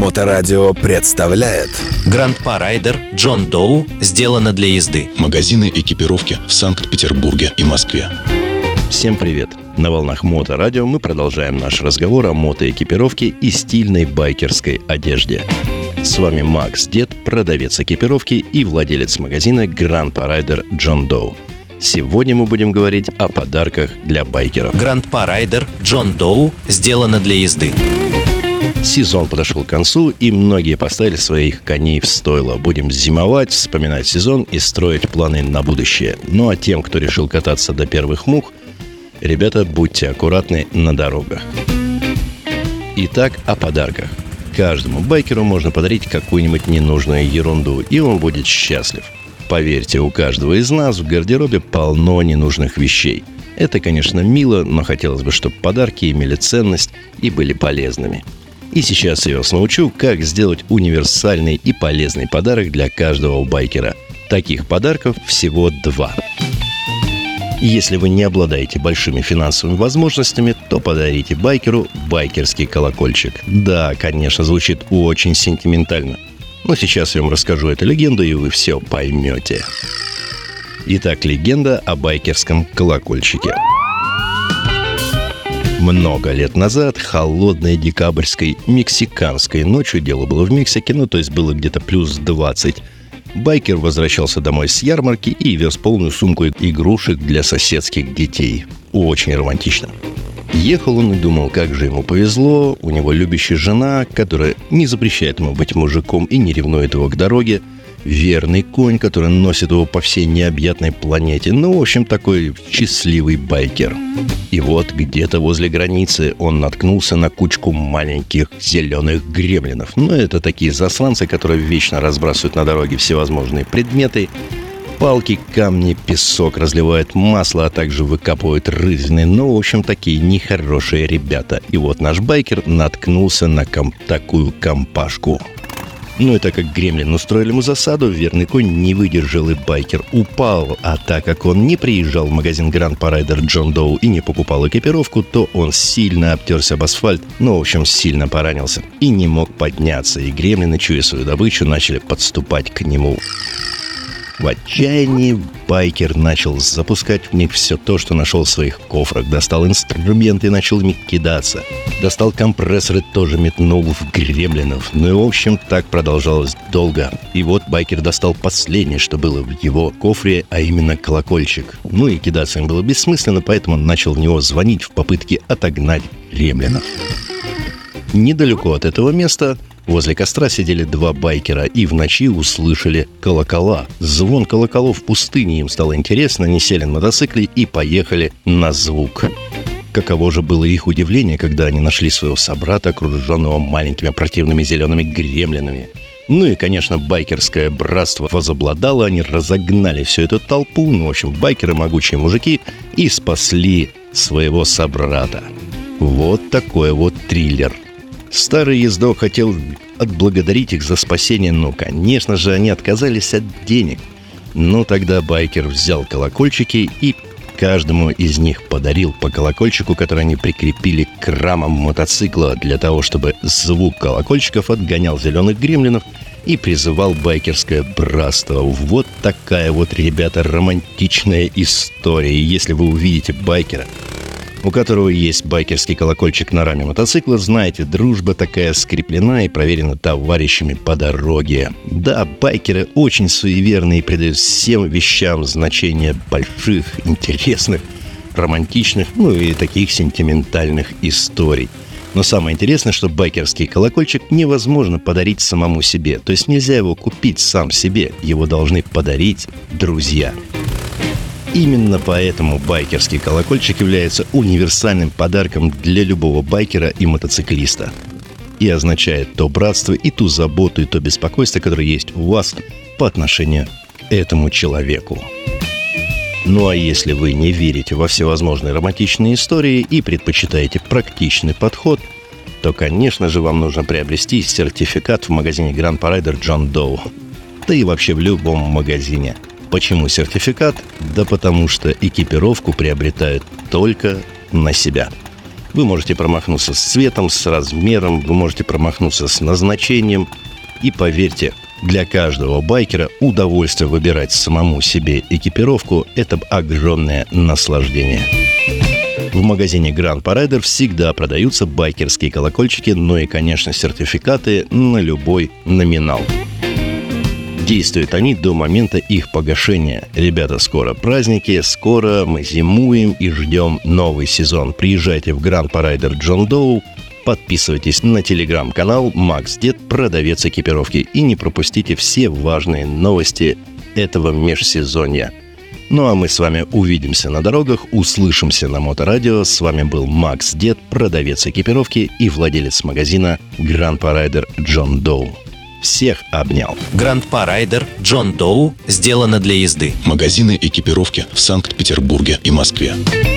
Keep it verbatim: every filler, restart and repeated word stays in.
Моторадио представляет Гранд Парайдер Джон Доу сделано для езды. Магазины экипировки в Санкт-Петербурге и Москве. Всем привет! На волнах Моторадио мы продолжаем наш разговор о мотоэкипировке и стильной байкерской одежде. С вами Макс Дед, продавец экипировки и владелец магазина Гранд Парайдер Джон Доу. Сегодня мы будем говорить о подарках для байкеров. Гранд Парайдер Джон Доу сделано для езды. Сезон подошел к концу, и многие поставили своих коней в стойло. Будем зимовать, вспоминать сезон и строить планы на будущее. Ну а тем, кто решил кататься до первых мух, ребята, будьте аккуратны на дорогах. Итак, о подарках. Каждому байкеру можно подарить какую-нибудь ненужную ерунду, и он будет счастлив. Поверьте, у каждого из нас в гардеробе полно ненужных вещей. Это, конечно, мило, но хотелось бы, чтобы подарки имели ценность и были полезными. И сейчас я вас научу, как сделать универсальный и полезный подарок для каждого байкера. Таких подарков всего два. Если вы не обладаете большими финансовыми возможностями, то подарите байкеру байкерский колокольчик. Да, конечно, звучит очень сентиментально. Но сейчас я вам расскажу эту легенду, и вы все поймете. Итак, легенда о байкерском колокольчике. Много лет назад, холодной декабрьской мексиканской ночью, дело было в Мексике, ну то есть было где-то плюс двадцать, байкер возвращался домой с ярмарки и вез полную сумку игрушек для соседских детей. Очень романтично. Ехал он и думал, как же ему повезло, у него любящая жена, которая не запрещает ему быть мужиком и не ревнует его к дороге, верный конь, который носит его по всей необъятной планете, ну, в общем, такой счастливый байкер. И вот где-то возле границы он наткнулся на кучку маленьких зеленых гремлинов. Ну, это такие засранцы, которые вечно разбрасывают на дороге всевозможные предметы. Палки, камни, песок, разливают масло, а также выкапывают рызины. Ну, в общем, такие нехорошие ребята. И вот наш байкер наткнулся на ком- такую компашку. Ну и так как гремлин устроили ему засаду, верный конь не выдержал, и байкер упал. А так как он не приезжал в магазин Гранд Парайдер Джон Доу и не покупал экипировку, то он сильно обтерся об асфальт, ну, в общем, сильно поранился и не мог подняться. И гремлины, чуя свою добычу, начали подступать к нему. В отчаянии байкер начал запускать в них все то, что нашел в своих кофрах. Достал инструменты и начал ими кидаться. Достал компрессоры, тоже метнул в гремлинов. Ну и в общем так продолжалось долго. И вот байкер достал последнее, что было в его кофре, а именно колокольчик. Ну и кидаться им было бессмысленно, поэтому он начал в него звонить в попытке отогнать гремлинов. Недалеко от этого места возле костра сидели два байкера и в ночи услышали колокола. Звон колоколов в пустыне им стало интересно, они сели на мотоцикле и поехали на звук. Каково же было их удивление, когда они нашли своего собрата, окруженного маленькими противными зелеными гремлинами. Ну и, конечно, байкерское братство возобладало, они разогнали всю эту толпу, ну, в общем, байкеры, могучие мужики, и спасли своего собрата. Вот такой вот триллер. Старый ездок хотел отблагодарить их за спасение, но, конечно же, они отказались от денег. Но тогда байкер взял колокольчики и каждому из них подарил по колокольчику, который они прикрепили к рамам мотоцикла, для того, чтобы звук колокольчиков отгонял зеленых гремлинов и призывал байкерское братство. Вот такая вот, ребята, романтичная история. И если вы увидите байкера, у которого есть байкерский колокольчик на раме мотоцикла, знаете, дружба такая скреплена и проверена товарищами по дороге. Да, байкеры очень суеверные и придают всем вещам значение больших, интересных, романтичных, ну и таких сентиментальных историй. Но самое интересное, что байкерский колокольчик невозможно подарить самому себе. То есть нельзя его купить сам себе, его должны подарить друзья. Именно поэтому байкерский колокольчик является универсальным подарком для любого байкера и мотоциклиста. И означает то братство, и ту заботу, и то беспокойство, которое есть у вас по отношению к этому человеку. Ну а если вы не верите во всевозможные романтичные истории и предпочитаете практичный подход, то, конечно же, вам нужно приобрести сертификат в магазине Гранд Парайдер Джон Доу. Да и вообще в любом магазине. Почему сертификат? Да потому что экипировку приобретают только на себя. Вы можете промахнуться с цветом, с размером, вы можете промахнуться с назначением. И поверьте, для каждого байкера удовольствие выбирать самому себе экипировку – это огромное наслаждение. В магазине Grand Parader всегда продаются байкерские колокольчики, ну и, конечно, сертификаты на любой номинал. Действуют они до момента их погашения. Ребята, скоро праздники, скоро мы зимуем и ждем новый сезон. Приезжайте в Grand Parader John Doe, подписывайтесь на телеграм-канал Макс Дед, продавец экипировки, и не пропустите все важные новости этого межсезонья. Ну а мы с вами увидимся на дорогах, услышимся на Моторадио. С вами был Макс Дед, продавец экипировки и владелец магазина Grand Parader John Doe. Всех обнял. Grand Parader John Doe сделано для езды. Магазины экипировки в Санкт-Петербурге и Москве.